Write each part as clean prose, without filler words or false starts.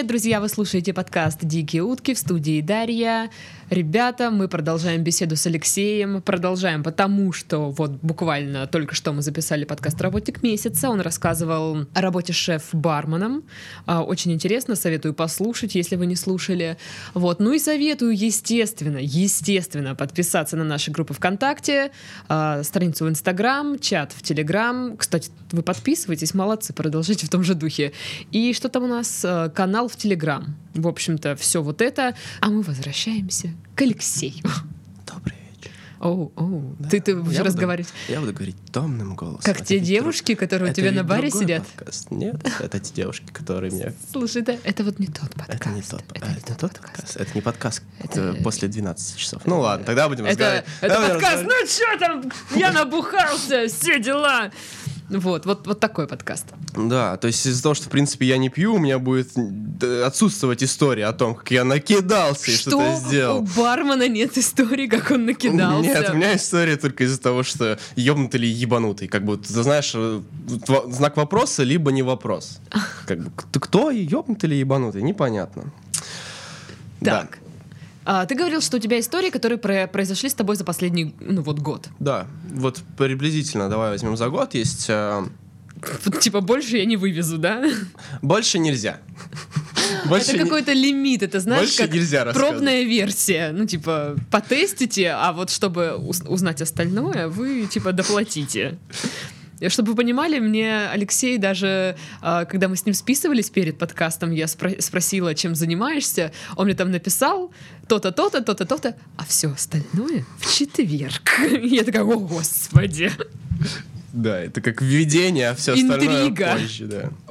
Привет, друзья! Вы слушаете подкаст «Дикие утки», в студии Дарья. Ребята, мы продолжаем беседу с Алексеем. Продолжаем, потому что вот буквально только что мы записали подкаст «Работник месяца». Он рассказывал о работе шеф-барменом. Очень интересно, советую послушать, если вы не слушали. Вот. Ну и советую, естественно, подписаться на наши группы ВКонтакте, страницу в Инстаграм, чат в Телеграм. Кстати, вы подписывайтесь, молодцы, продолжите в том же духе. И что там у нас? Канал в Телеграм. В общем-то, все вот это. А мы возвращаемся к Алексею. Добрый вечер. Да. Ты будешь разговаривать? Я буду говорить томным голосом. Как те девушки, которые у тебя на баре сидят? Подкаст. Нет, это те девушки, которые меня... Слушай, это вот не тот подкаст. Это не тот подкаст. Это не подкаст после 12 часов. Ну ладно, тогда будем разговаривать. Это подкаст, ну что там, я набухался, все дела. Вот такой подкаст. Да, то есть из-за того, что, в принципе, я не пью, у меня будет отсутствовать история о том, как я накидался и что-то сделал. Что? У бармена нет истории, как он накидался? Нет, у меня история только из-за того, что ёбнутый или ебанутый. Как бы, ты знаешь, знак вопроса, либо не вопрос. Как бы, кто ёбнутый или ебанутый? Непонятно. Так. Да. Ты говорил, что у тебя истории, которые произошли с тобой за последний, год. Да, вот приблизительно, давай возьмем за год, есть... Типа больше я не вывезу, да? Больше нельзя. Это какой-то лимит, это знаешь, как пробная версия. Ну, типа, потестите, а вот чтобы узнать остальное, вы, типа, доплатите. Чтобы вы понимали, мне Алексей даже, когда мы с ним списывались перед подкастом, я спросила, чем занимаешься, он мне там написал то-то, то-то, то-то, то-то, а все остальное в четверг. Я такая, о господи. Да, это как введение, а все остальное интрига. Позже,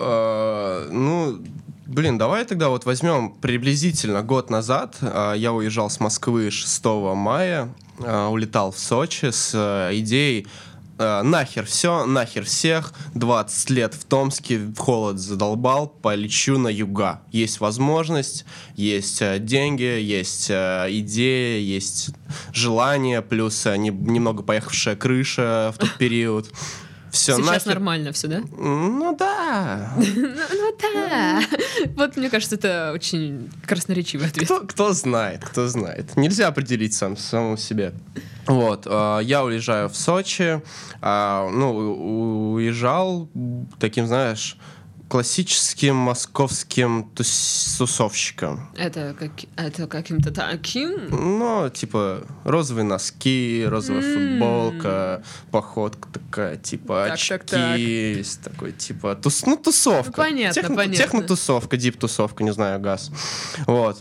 да. Давай тогда вот возьмем приблизительно год назад. Я уезжал с Москвы 6 мая, улетал в Сочи с идеей нахер все, нахер всех, 20 лет в Томске, холод задолбал, полечу на юга. Есть возможность, есть деньги, есть идея, есть желание, плюс немного поехавшая крыша в тот период. Все, сейчас нахер. Нормально все, да? Ну да. Ну да. Вот мне кажется, это очень красноречивый ответ. Кто знает. Нельзя определить самому себе. Вот, я уезжаю в Сочи, уезжал таким, знаешь, классическим московским тусовщиком. Это каким-то таким? Ну, типа, розовые носки, розовая футболка, походка такая, типа, очки, есть такой, типа, тусовка. Понятно. Технотусовка, дип-тусовка, не знаю, газ. Вот.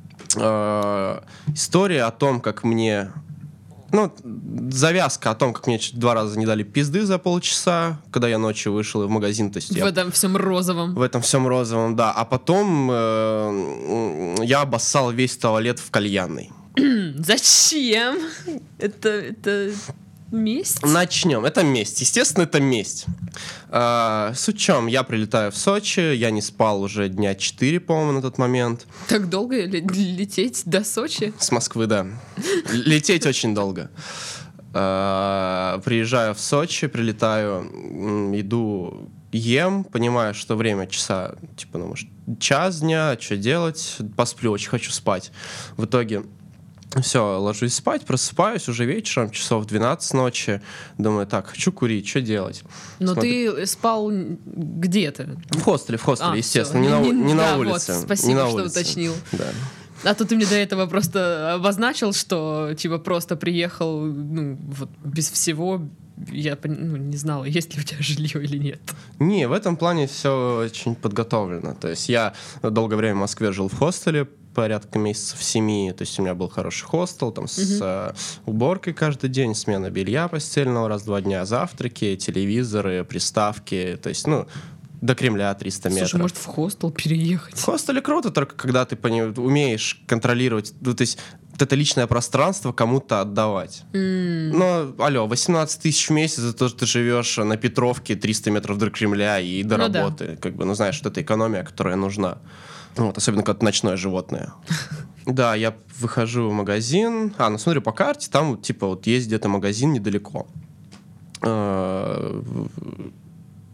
История о том, как мне... завязка о том, как мне 2 раза не дали пизды за полчаса, когда я ночью вышел в магазин. То есть в этом всем розовом. В этом всем розовом, да. А потом я обоссал весь туалет в кальянной. Зачем? Это месть? Начнем. Это месть. Естественно, это месть. Суть в чем? Я прилетаю в Сочи, я не спал уже дня 4, по-моему, на тот момент. Так долго лететь до Сочи? С Москвы, да. Лететь очень долго. Приезжаю в Сочи, прилетаю, иду, ем, понимаю, что время часа, типа, может, час дня, что делать? Посплю, очень хочу спать. В итоге... Все, ложусь спать, просыпаюсь уже вечером, часов 12 ночи. Думаю, так, хочу курить, что делать? Но ты спал где-то? В хостеле, естественно, не на улице. Вот, спасибо, что уточнил. Да. А то ты мне до этого просто обозначил, что типа просто приехал, без всего. Я не знала, есть ли у тебя жилье или нет. Не, в этом плане все очень подготовлено. То есть я долгое время в Москве жил в хостеле, порядка месяцев 7, то есть у меня был хороший хостел, там с уборкой каждый день, смена белья постельного раз в 2 дня, завтраки, телевизоры, приставки, то есть, до Кремля 300 метров. Слушай, может в хостел переехать? В хостеле круто, только когда ты умеешь контролировать, то есть это личное пространство кому-то отдавать. Но, 18 тысяч в месяц за то, что ты живешь на Петровке 300 метров до Кремля и до работы. Да. Знаешь, что это экономия, которая нужна. Особенно, когда ты ночное животное. Да, я выхожу в магазин, смотрю по карте, там, есть где-то магазин недалеко.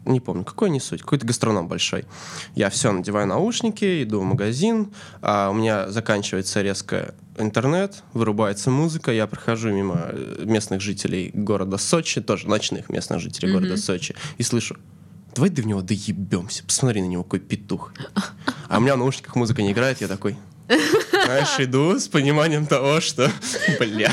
не помню, какой не суть, какой-то гастроном большой. Я все, надеваю наушники, иду в магазин, а у меня заканчивается резко интернет, вырубается музыка, я прохожу мимо местных жителей города Сочи, тоже ночных местных жителей города Сочи, и слышу: давай до него доебемся, посмотри на него, какой петух. А у меня в наушниках музыка не играет, я такой, знаешь, иду с пониманием того, что бля,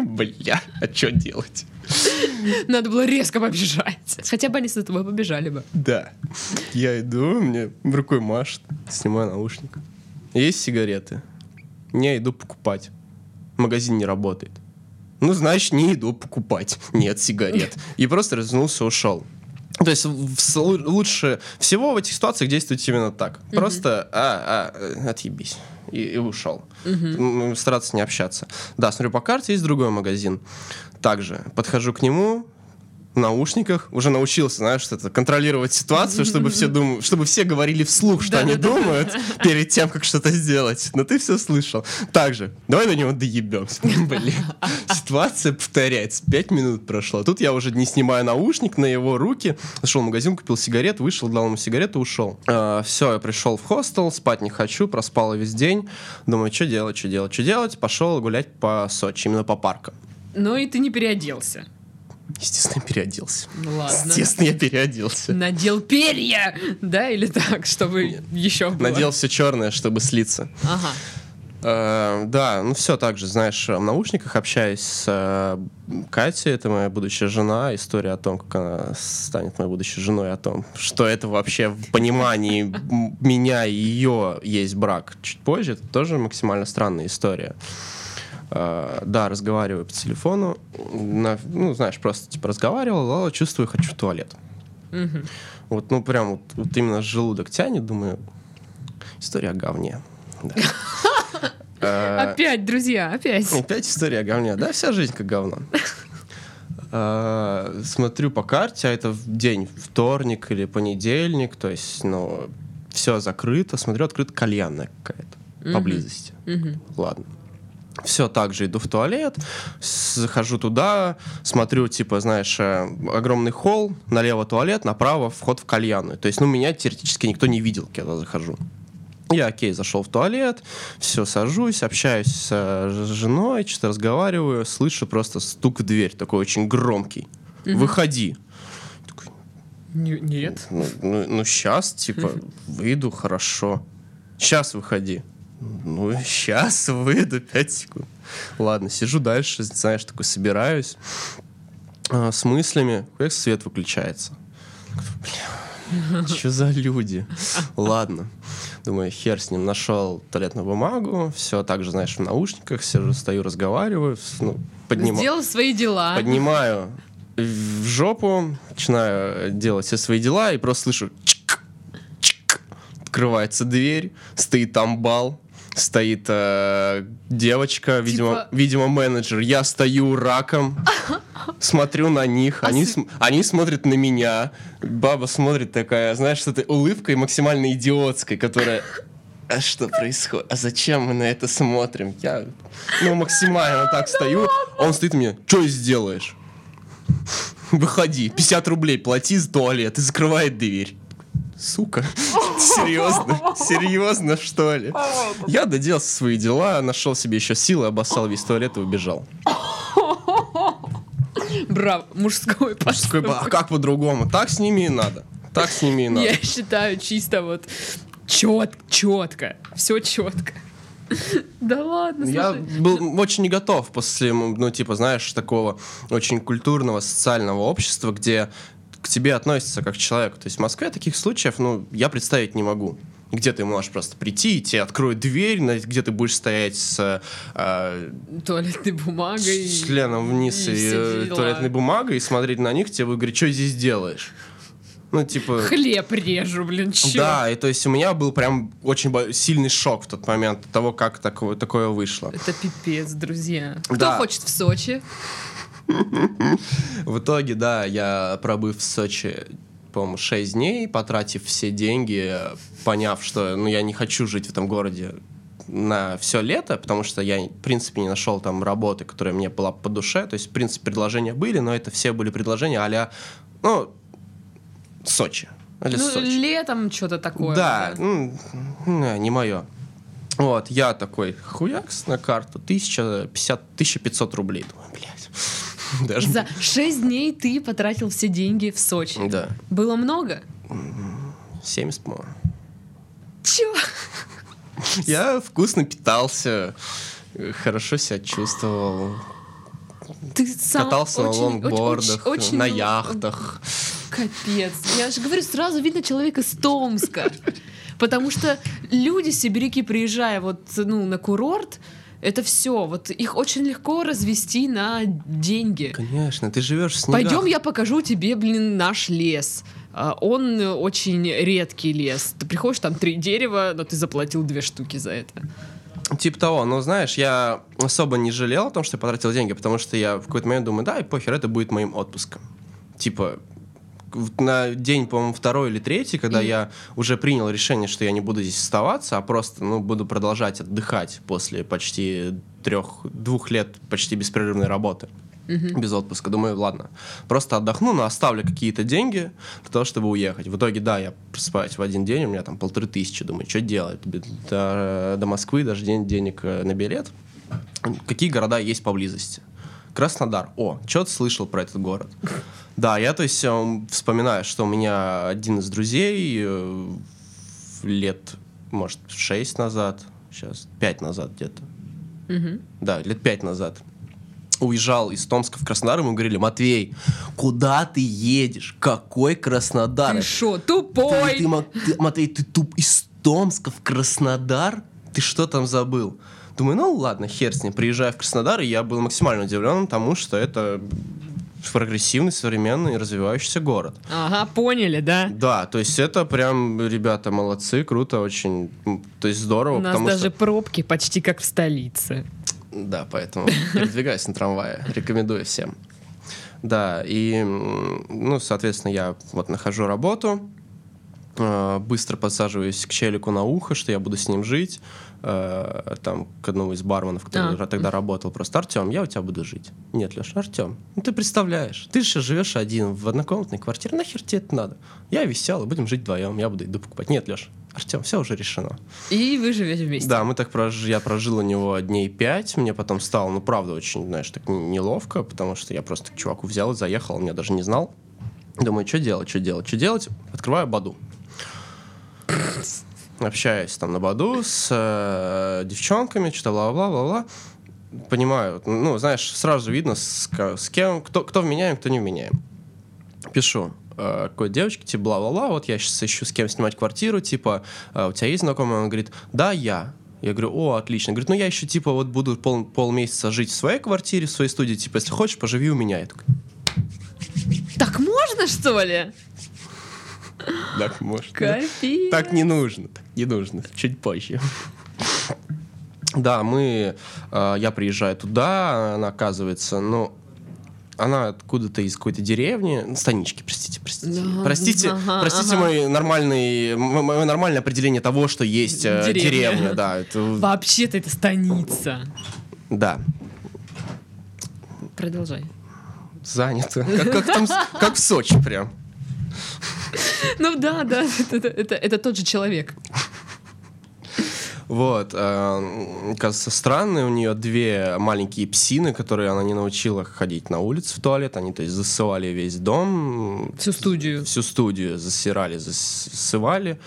а что делать? Надо было резко побежать. Хотя бы они за тобой побежали бы. Да. Я иду, мне рукой машет, снимаю наушник. Есть сигареты? Не, иду покупать. Магазин не работает. Ну, значит, не иду покупать. Нет сигарет. И просто развернулся, ушел. То есть лучше всего в этих ситуациях действовать именно так. Просто отъебись. И ушел. Стараться не общаться. Да, смотрю по карте, есть другой магазин. Также подхожу к нему в наушниках, уже научился, знаешь, что-то контролировать ситуацию, чтобы все говорили вслух, что они думают перед тем, как что-то сделать. Но ты все слышал. Также, давай до него доебемся. Блин, ситуация повторяется. 5 минут прошло. Тут я уже не снимаю наушник на его руки. Зашел в магазин, купил сигарет, вышел, дал ему сигарету, ушел. Все, я пришел в хостел, спать не хочу, проспал весь день. Думаю, что делать? Пошел гулять по Сочи, именно по паркам. Ну и ты не переоделся. Естественно, переоделся. Ну ладно. Естественно, я переоделся. Надел перья, да, или так, чтобы еще было? Надел все черное, чтобы слиться. Ага. Да, ну все так же, знаешь, в наушниках общаюсь с Катей, это моя будущая жена, история о том, как она станет моей будущей женой, о том, что это вообще в понимании меня и ее есть брак чуть позже, это тоже максимально странная история. Да, разговариваю по телефону, ну, знаешь, просто типа разговаривал, чувствую, хочу в туалет. Вот, ну, прям вот именно желудок тянет, думаю, история о говне. Да. Опять, друзья, опять. Опять история о говне. Да, вся жизнь как говно. Смотрю по карте, а это день вторник или понедельник, то есть, ну, все закрыто. Смотрю, открыта кальянная какая-то поблизости. Ладно. Все, так же иду в туалет, захожу туда, смотрю, типа, знаешь, огромный холл, налево туалет, направо вход в кальянную. То есть, ну, меня теоретически никто не видел, когда захожу. Я, зашел в туалет, все, сажусь, общаюсь с женой, что-то разговариваю, слышу просто стук в дверь, такой очень громкий. Выходи. Такой, нет. Ну, сейчас, типа, выйду, хорошо. Сейчас выходи. Ну, сейчас выйду, 5 секунд. Ладно, сижу дальше, знаешь, такой собираюсь с мыслями, как свет выключается. Бля, что за люди? Ладно. Думаю, хер с ним, нашел туалетную бумагу, все так же, знаешь, в наушниках, сижу, стою, разговариваю, ну, сделал свои дела. Поднимаю в жопу, начинаю делать все свои дела и просто слышу чик, чик. Открывается дверь, стоит амбал, стоит девочка, видимо, менеджер. Я стою раком, смотрю на них, они смотрят на меня. Баба смотрит такая, знаешь, с этой улыбкой максимально идиотской, которая... А что происходит? А зачем мы на это смотрим? Я, максимально так стою. Он стоит на меня, что сделаешь? Выходи, 50 рублей плати за туалет и закрывает дверь. Сука, серьезно, что ли? Я доделал свои дела, нашел себе еще силы, обоссал весь туалет и убежал. Браво, мужской поступок. А как по-другому? Так с ними и надо. Я считаю чисто вот четко, все четко. Да ладно, слушай. Я был очень не готов после, знаешь, такого очень культурного социального общества, где к тебе относятся как к человеку. То есть в Москве таких случаев, я представить не могу. Где ты можешь просто прийти, и тебе откроют дверь, где ты будешь стоять с... туалетной бумагой. С членом вниз и туалетной бумагой, и смотреть на них, тебе будут говорить, что здесь делаешь? Хлеб режу, блин, чё? Да, и то есть у меня был прям очень сильный шок в тот момент от того, как такое вышло. Это пипец, друзья. Кто Да. хочет в Сочи? В итоге, да, я пробыв в Сочи, по-моему, 6 дней, потратив все деньги, поняв, что я не хочу жить в этом городе на все лето, потому что я, в принципе, не нашел там работы, которая мне была по душе. То есть, в принципе, предложения были, но это все были предложения а-ля, Сочи. Или Ну, Сочи. летом что-то такое. Да, не мое. Вот, я такой, хуякс на карту, 1500 рублей. Думаю, блядь. Даже... За 6 дней ты потратил все деньги в Сочи. Да. Было много? 70, по-моему. Чё? Я вкусно питался, хорошо себя чувствовал. Ты сам Катался на очень- лонгбордах, очень- на очень- яхтах. Капец. Я же говорю, сразу видно человека из Томска. Потому что люди, сибиряки, приезжая вот, на курорт, это все. Вот их очень легко развести на деньги. Конечно, ты живешь в снегах. Пойдем, я покажу тебе, наш лес. Он очень редкий лес. Ты приходишь, там 3 дерева, но ты заплатил 2 штуки за это. Типа того, но знаешь, я особо не жалел о том, что я потратил деньги, потому что я в какой-то момент думаю, да, и похер, это будет моим отпуском. Типа, на день, по-моему, 2 или 3, когда я уже принял решение, что я не буду здесь оставаться, а просто, буду продолжать отдыхать после почти 2 лет почти беспрерывной работы. Без отпуска. Думаю, ладно, просто отдохну, но оставлю какие-то деньги для того, чтобы уехать. В итоге, да, я просыпаюсь в один день, у меня там 1500, думаю, что делать? До Москвы даже денег на билет. Какие города есть поблизости? Краснодар. О, что-то слышал про этот город. Да, я, то есть, вспоминаю, что у меня один из друзей лет, может, 6 назад, сейчас 5 назад где-то. Да, лет 5 назад уезжал из Томска в Краснодар, и мы говорили, Матвей, куда ты едешь? Какой Краснодар? Ты шо, тупой? Матвей, ты из Томска в Краснодар? Ты что там забыл? Думаю, ну ладно, хер с ним. Приезжаю в Краснодар, и я был максимально удивлен тому, что это прогрессивный, современный, развивающийся город. Ага, поняли, да? Да, то есть это прям, ребята, молодцы, круто, очень, то есть здорово. У нас даже пробки почти как в столице. Да, поэтому передвигаюсь на трамвае, рекомендую всем. Да, и, соответственно, я вот нахожу работу, быстро подсаживаюсь к челику на ухо, что я буду с ним жить, там, к одному из барменов, который тогда работал, просто: Артем, я у тебя буду жить. Нет, Леш, Артем, ты представляешь, ты же живешь один в однокомнатной квартире, нахер тебе это надо? Я веселый, будем жить вдвоем, я буду еду покупать. Нет, Леш, Артем, все уже решено. И вы живете вместе. Да, я прожил у него дней 5, мне потом стало, правда, очень, знаешь, так неловко, потому что я просто к чуваку взял и заехал, он меня даже не знал. Думаю, что делать? Открываю Баду. Общаюсь там на Баду с девчонками, что-то бла-бла-бла-бла. Понимаю, знаешь, сразу видно, с кем, кто вменяем, кто не вменяем. Пишу какой девочке, типа, бла-бла-бла, вот я сейчас ищу, с кем снимать квартиру, типа, у тебя есть знакомый? Он говорит, да, я. Я говорю, о, отлично. Говорит, я еще, типа, вот буду полмесяца жить в своей квартире, в своей студии, типа, если хочешь, поживи у меня. Я такой, так можно, что ли? так можно. Капец. Так не нужно, чуть позже. Да, я приезжаю туда, она оказывается, она откуда-то из какой-то деревни, станички, простите. Простите мое нормальное определение того, что есть деревня. Да, вообще-то это станица. Да. Продолжай. Занято. Как в Сочи прям. Да, это тот же человек. Вот, кажется, странные у нее 2 маленькие псины, которые она не научила ходить на улицу в туалет. Они, то есть, засывали весь дом. Всю студию засирали, засывали.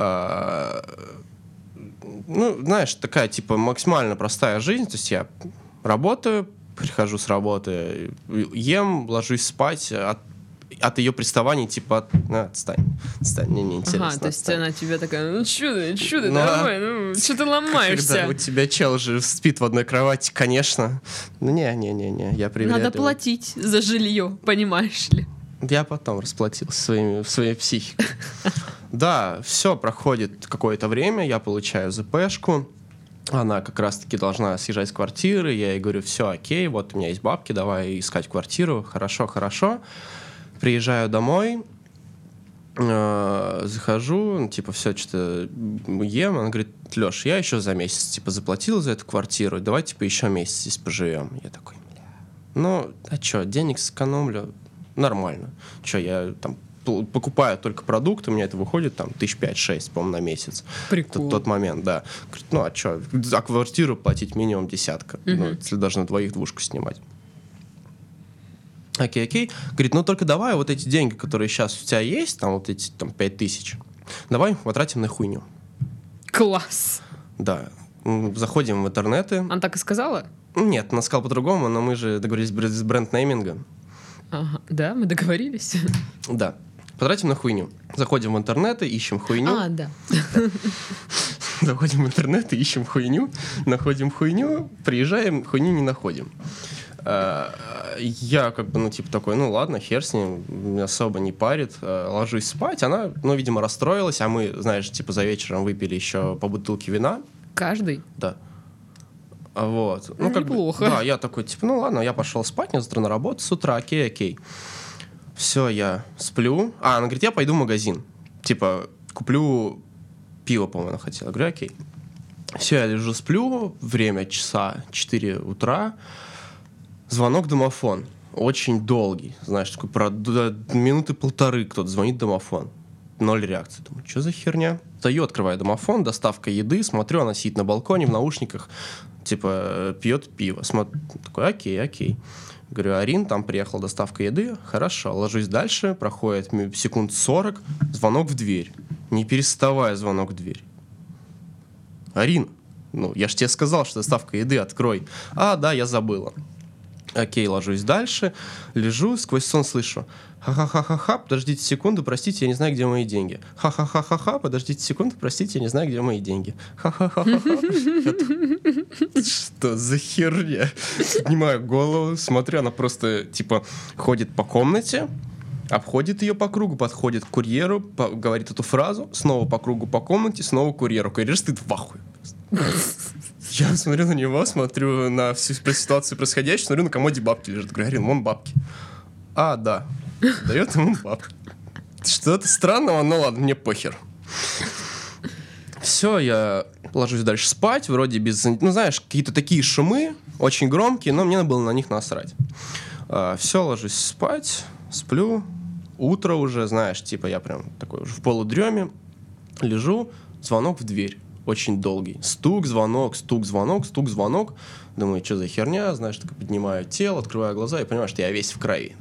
Знаешь, такая, типа, максимально простая жизнь. То есть я работаю, прихожу с работы, ем, ложусь спать, от ее приставаний, типа, отстань, мне неинтересно. Ага, то есть она тебе такая, что ты, давай, что ты ломаешься? Когда у тебя чел же спит в одной кровати, конечно. Не, я приветливый. Надо платить за жилье, понимаешь ли? Я потом расплатился своей психикой. Да, все, проходит какое-то время, я получаю ЗПшку. Она как раз-таки должна съезжать с квартиры. Я ей говорю, все, окей, вот у меня есть бабки, давай искать квартиру. Хорошо. Приезжаю домой, захожу, типа, все, что-то ем. Она говорит, Леш, я еще за месяц, типа, заплатил за эту квартиру, давай, типа, еще месяц здесь поживем. Я такой, а что, денег сэкономлю, нормально. Что, я там покупаю только продукты, у меня это выходит там 5-6, по-моему, на месяц. Прикол. Тот момент, да. Говорит, ну а что, за квартиру платить минимум 10, ну, если даже на 2 снимать. Окей. Говорит, ну только давай вот эти деньги, которые сейчас у тебя есть, там вот эти там 5000, давай потратим на хуйню. Класс. Да. Заходим в интернеты. Она так и сказала? Нет, она сказала по-другому, но мы же договорились с бренд-неймингом. Ага. Да, мы договорились. Да. Потратим на хуйню. Заходим в интернеты, ищем хуйню. Да. Заходим в интернет и ищем хуйню, находим хуйню, приезжаем, хуйню не находим. Я как бы, такой, ну ладно, хер с ним, меня особо не парит, ложусь спать. Она, видимо, расстроилась, а мы, знаешь, за вечером выпили еще по бутылке вина. Каждый? Да. Вот. Ну, неплохо. Да, я такой, ну ладно, я пошел спать, мне завтра на работу с утра, окей. Все, я сплю. Она говорит, я пойду в магазин. Куплю пиво, по-моему, она хотела. Я говорю, окей. Все, я лежу, сплю, время часа 4 утра. Звонок домофон. Очень долгий. Знаешь, такой минуты 1.5 кто-то звонит домофон. 0 реакции. Думаю, что за херня? Стою, открываю домофон, доставка еды, смотрю, она сидит на балконе в наушниках, пьет пиво. Такой, окей. Говорю, Арин, там приехала доставка еды. Хорошо, ложусь дальше, проходит секунд 40, звонок в дверь. Не переставая звонок в дверь. Арин, я ж тебе сказал, что доставка еды, открой. Да, я забыла. Окей, ложусь дальше, лежу, сквозь сон слышу. Ха-ха-ха-ха-ха, подождите секунду, простите, я не знаю, где мои деньги. Ха-ха-ха-ха-ха, подождите секунду, простите, я не знаю, где мои деньги. Ха-ха-ха-ха-ха. Что за херня? Поднимаю голову, смотрю, она просто, ходит по комнате, обходит ее по кругу, подходит к курьеру, говорит эту фразу, снова по кругу по комнате, снова к курьеру. Курьер стоит в ахуе. Я смотрю на него, смотрю на всю ситуацию происходящую, смотрю, на комоде бабки лежат. Говорю, Арин, вон бабки. Да. Дает ему бабки. Что-то странного, но ладно, мне похер. Все, я ложусь дальше спать, вроде без... знаешь, какие-то такие шумы, очень громкие, но мне было на них насрать. Все, ложусь спать, сплю. Утро уже, знаешь, я прям такой уже в полудреме. Лежу, звонок в дверь. Очень долгий. Стук, звонок. Думаю, что за херня? Знаешь, так поднимаю тело, открываю глаза и понимаю, что я весь в крови.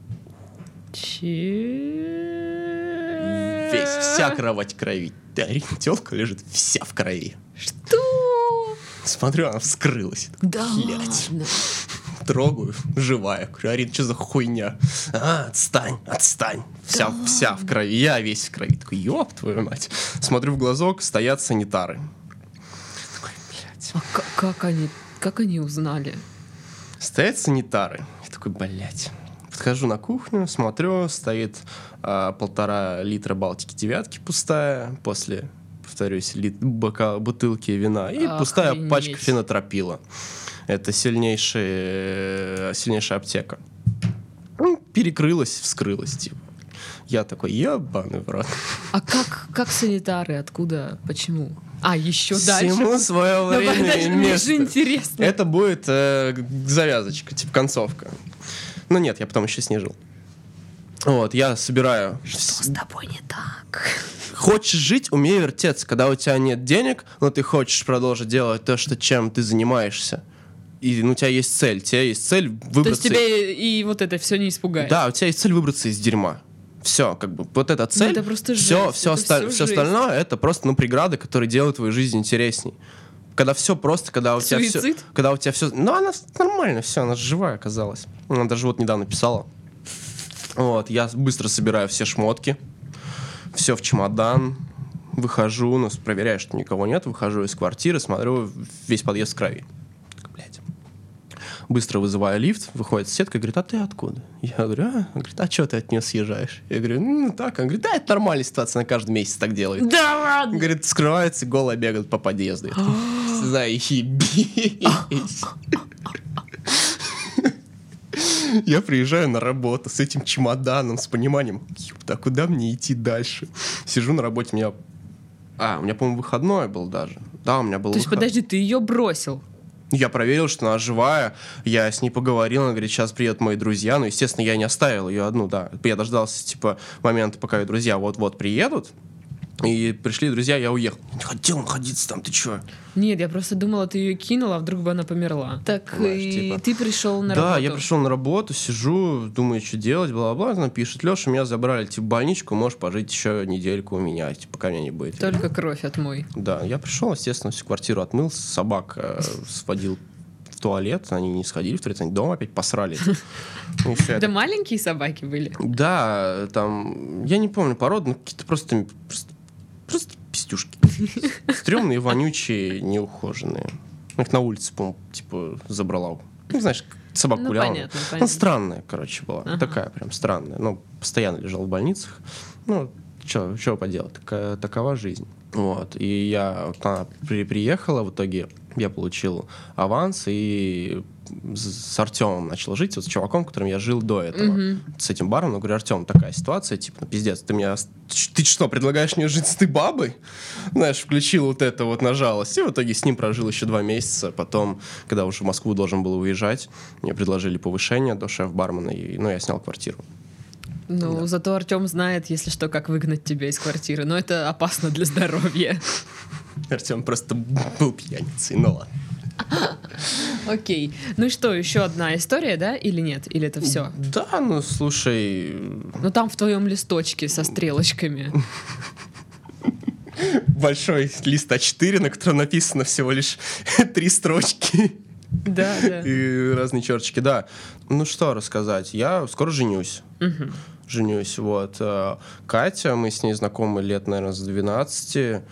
Вся кровать в крови. Тёлка лежит вся в крови. Что? Смотрю, она вскрылась. Да. Блядь. Трогаю, живая. Говорю, Арин, что за хуйня? Отстань. Вся в крови. Я весь в крови. Такой, ёб твою мать. Смотрю в глазок, стоят санитары. Такой, блядь. Как они узнали? Стоят санитары. Я такой, блядь. Подхожу на кухню, смотрю, стоит 1,5 литра Балтики 9 пустая, после, повторюсь, бутылки вина и пустая пачка фенотропила. Это сильнейшая аптека. Перекрылась, вскрылась, Я такой, ебаный в рот. А как санитары? Откуда? Почему? Еще дальше? Всему свое время и место. Мне же интересно. Это будет завязочка, концовка. Но нет, я потом еще с ней жил. Вот, я собираю... Что с тобой не так? Хочешь жить, умей вертеться. Когда у тебя нет денег, но ты хочешь продолжить делать то, чем ты занимаешься. И у тебя есть цель. У тебя есть цель выбраться... То есть тебе и вот это все не испугает? Да, у тебя есть цель выбраться из дерьма. Все, вот эта цель. Это просто жесть. Все остальное это просто преграды, которые делают твою жизнь интересней. Когда все просто, когда у тебя все... Когда у тебя все... она нормально, все, она живая оказалась. Она даже недавно писала. Вот, я быстро собираю все шмотки, все в чемодан, выхожу, проверяю, что никого нет, выхожу из квартиры, смотрю, весь подъезд в крови. Блядь. Быстро вызываю лифт, выходит соседка и говорит, а ты откуда? Я говорю, говорит, а что ты от нее съезжаешь? Я говорю, так. Он говорит, это нормальная ситуация, она каждый месяц так делает. Да ладно? Говорит, скрывается, голая бегает по подъезду. Заебись. Я приезжаю на работу с этим чемоданом, с пониманием, куда мне идти дальше? Сижу на работе, у меня, по-моему, выходной был даже. Да, у меня был То есть, подожди, ты ее бросил? Я проверил, что она живая, я с ней поговорил, она говорит, сейчас приедут мои друзья, но, естественно, я не оставил ее одну, да. Я дождался, типа, момента, пока ее друзья вот-вот приедут, и пришли друзья, я уехал. Не хотел находиться там, ты чё? Нет, я просто думала, ты ее кинула, а вдруг бы она померла. Так, Знаешь, и типа... ты пришел на Да, работу. я пришел на работу, сижу, думаю, что делать, бла-бла-бла. Она пишет, Леша, меня забрали, типа, в больничку, можешь пожить еще недельку у меня, типа, пока меня не будет. Только кровь отмой. Да, я пришел, естественно, всю квартиру отмыл, собак сводил в туалет, они не сходили в туалет, они дома опять посрали. Да маленькие собаки были? Да, там, я не помню породу, но какие-то просто пиздюшки. Стрёмные, вонючие, неухоженные. Их на улице, по-моему, типа, забрала. Ну, знаешь, собака гуляла. Понятно. Ну, странная, короче, была. Такая прям странная. Ну, постоянно лежал в больницах. Ну, что поделать, такова жизнь. Вот. И она приехала, в итоге я получил аванс и с Артемом начал жить, вот с чуваком, которым я жил до этого. С этим баром, говорю, Артем, такая ситуация, типа, ну, пиздец, ты что, предлагаешь мне жить с этой бабой? Знаешь, включил вот это вот на жалость. И в итоге с ним прожил еще 2 месяца. Потом, когда уже в Москву должен был уезжать, мне предложили повышение до шеф-бармена, и, я снял квартиру. Ну, зато Артем знает, если что, как выгнать тебя из квартиры. Но это опасно для здоровья. Артем просто был пьяницей, ну ладно. Окей. Ну и что, еще одна история, да, или нет? Или это все? Да, ну слушай... Ну там в твоем листочке со стрелочками. Большой лист А4, на котором написано всего лишь 3 строчки. Да. И разные черточки, да. Ну что рассказать, я скоро женюсь. Женюсь, вот. Катя, мы с ней знакомы лет, наверное, с 12,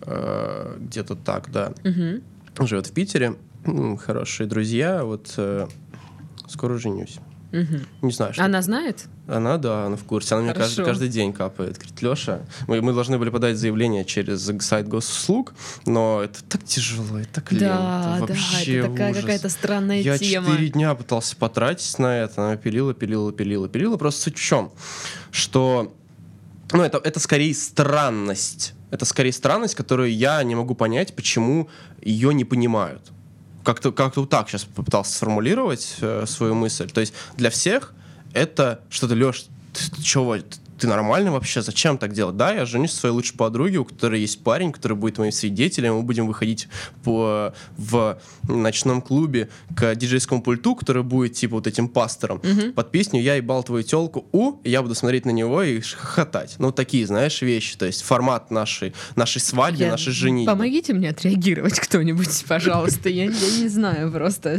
где-то так, да. Живет в Питере, хорошие друзья, вот скоро женюсь. Не знаю, что. Она знает? Она в курсе. Она мне каждый день капает. Говорит, Леша, мы должны были подать заявление через сайт госуслуг, но это так тяжело, это так лень. Это вообще это такая ужас. какая-то странная Я тема. 4 дня пытался потратить на это, она пилила. Просто суть в чем? Что, это скорее странность. Это скорее странность, которую я не могу понять, почему ее не понимают. Как-то вот так сейчас попытался сформулировать свою мысль. То есть для всех это что-то, Лёш, ты чего, ты нормальный вообще? Зачем так делать? Да, я женюсь на своей лучшей подруге, у которой есть парень, который будет моим свидетелем, мы будем выходить в ночном клубе к диджейскому пульту, который будет типа вот этим пастором, под песню «Я ебал твою тёлку, и я буду смотреть на него и хохотать». Ну, такие, знаешь, вещи, то есть формат нашей свадьбы, нашей женитьбы. Помогите мне отреагировать кто-нибудь, пожалуйста, я не знаю просто,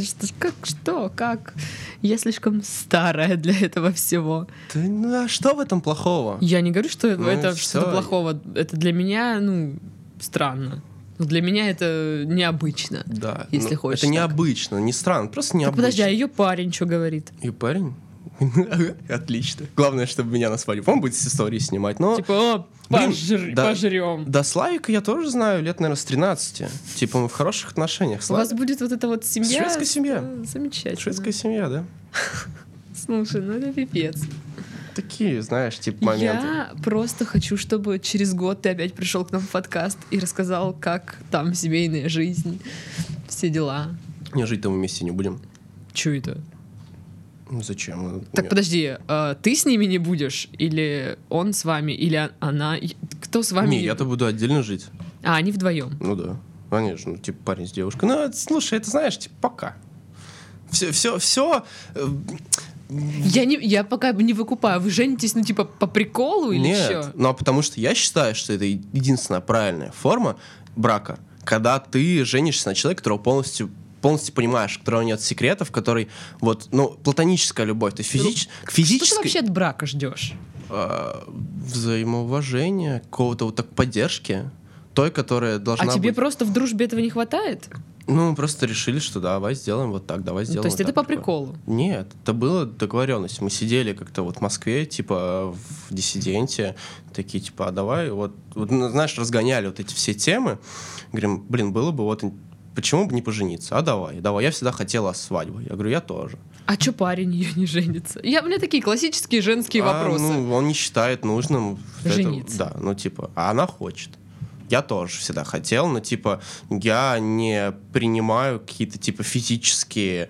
как? Я слишком старая для этого всего. Да, что в этом плохого? Я не говорю, что это что-то плохого. Это для меня, странно. Для меня это необычно. Да. Если хочешь. Это необычно, не странно, просто необычно. Так подожди, а ее парень что говорит? Ее парень? Отлично. Главное, чтобы меня на свадьбу. Он будет с историей снимать, но... Типа, пожрем. Да, Славика я тоже знаю лет, наверное, с 13. Типа, мы в хороших отношениях. У вас будет вот эта вот семья? Шведская семья. Замечательно. Шведская семья, да. Слушай, это пипец. Такие, знаешь, типа моменты. Я просто хочу, чтобы через год ты опять пришел к нам в подкаст и рассказал, как там семейная жизнь, все дела. Не, жить-то мы вместе не будем. Чё это? Зачем? Так, подожди, ты с ними не будешь? Или он с вами? Или она? Кто с вами? Не, я-то буду отдельно жить. А, они вдвоем? Ну да, конечно, типа парень с девушкой. Ну, слушай, это знаешь, типа пока. Все. Я пока не выкупаю. Вы женитесь, типа, по приколу или Нет, что? ну, потому что я считаю, что это единственная правильная форма брака, когда ты женишься на человеке, которого полностью понимаешь, у которого нет секретов, который платоническая любовь, то есть физическая. Что ты вообще от брака ждешь? Взаимоуважения, какого-то вот так поддержки, той, которая должна быть. А тебе просто в дружбе этого не хватает? Ну, просто решили, что давай сделаем вот так, давай сделаем. То есть вот это так, по приколу? Нет, это была договоренность. Мы сидели как-то вот в Москве, типа в «Диссиденте», такие типа, давай, знаешь, разгоняли вот эти все темы. Говорим, было бы почему бы не пожениться? Давай, я всегда хотела свадьбу. Я говорю, я тоже. А чё парень ее не женится? У меня такие классические женские вопросы. Он не считает нужным жениться. а она хочет. я тоже всегда хотел, но, типа, я не принимаю какие-то, типа, физические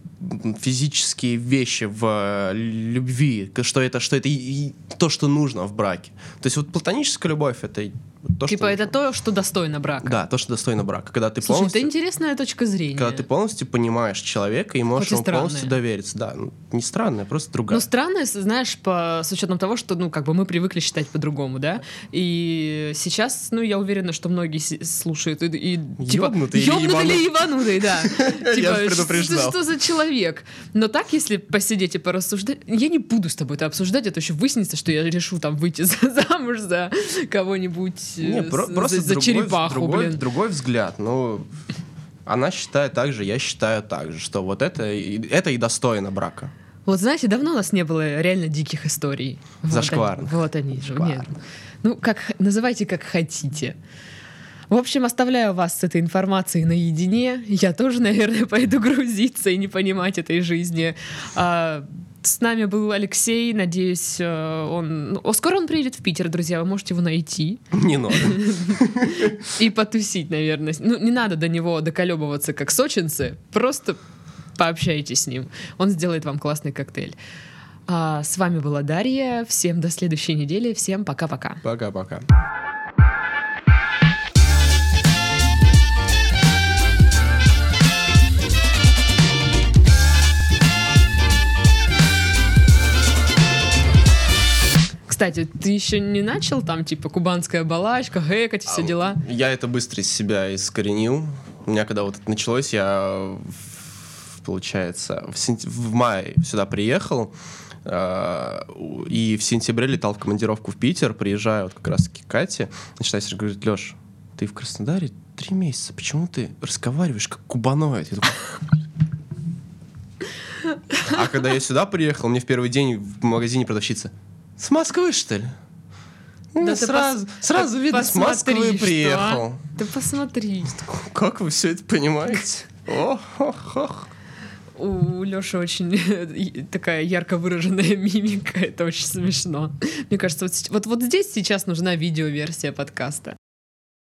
вещи в любви, что это и то, что нужно в браке. То есть вот платоническая любовь — это то, типа это то, что достойно брака. Да, то, что достойно брака. Когда ты Слушай, полностью... это интересная точка зрения. Когда ты полностью понимаешь человека и можешь ему полностью довериться. Да, не странная, просто другая. Ну, странная, знаешь, с учетом того, что, ну, как бы мы привыкли считать по-другому, да? И сейчас, ну, я уверена, что многие слушают и типа... Ёбнутые или ебанутые, да. Я предупреждал. Что за человек? Но так, если посидеть и порассуждать, я не буду с тобой это обсуждать, это еще выяснится, что я решу там выйти замуж за кого-нибудь, просто за черепаху, блин. Другой взгляд. Ну, она считает так же, я считаю так же, что вот это и достойно брака. Вот знаете, давно у нас не было реально диких историй. Зашкварных. Вот они же. Нет. Ну, называйте как хотите. В общем, оставляю вас с этой информацией наедине. Я тоже, наверное, пойду грузиться и не понимать этой жизни. С нами был Алексей. Надеюсь, скоро он приедет в Питер, друзья. Вы можете его найти. Не надо. И потусить, наверное. Ну, не надо до него доколебываться, как сочинцы. Просто пообщайтесь с ним. Он сделает вам классный коктейль. С вами была Дарья. Всем до следующей недели. Всем пока-пока. Пока-пока. Кстати, ты еще не начал там, типа, кубанская балачка, гэкать, все дела? Я это быстро из себя искоренил. У меня, когда вот это началось, я, получается, в мае сюда приехал, и в сентябре летал в командировку в Питер, приезжаю вот как раз-таки к Кате, начинаю Сережа говорит: Лёш, ты в Краснодаре 3 месяца, почему ты разговариваешь как кубаноид? Я такой... А когда я сюда приехал, мне в первый день в магазине продавщица: с Москвы, что ли? Да сразу видно, с Москвы приехал. Ты посмотри. Как вы все это понимаете? Ох. У Лёши очень такая ярко выраженная мимика. Это очень смешно. Мне кажется, вот здесь сейчас нужна видеоверсия подкаста.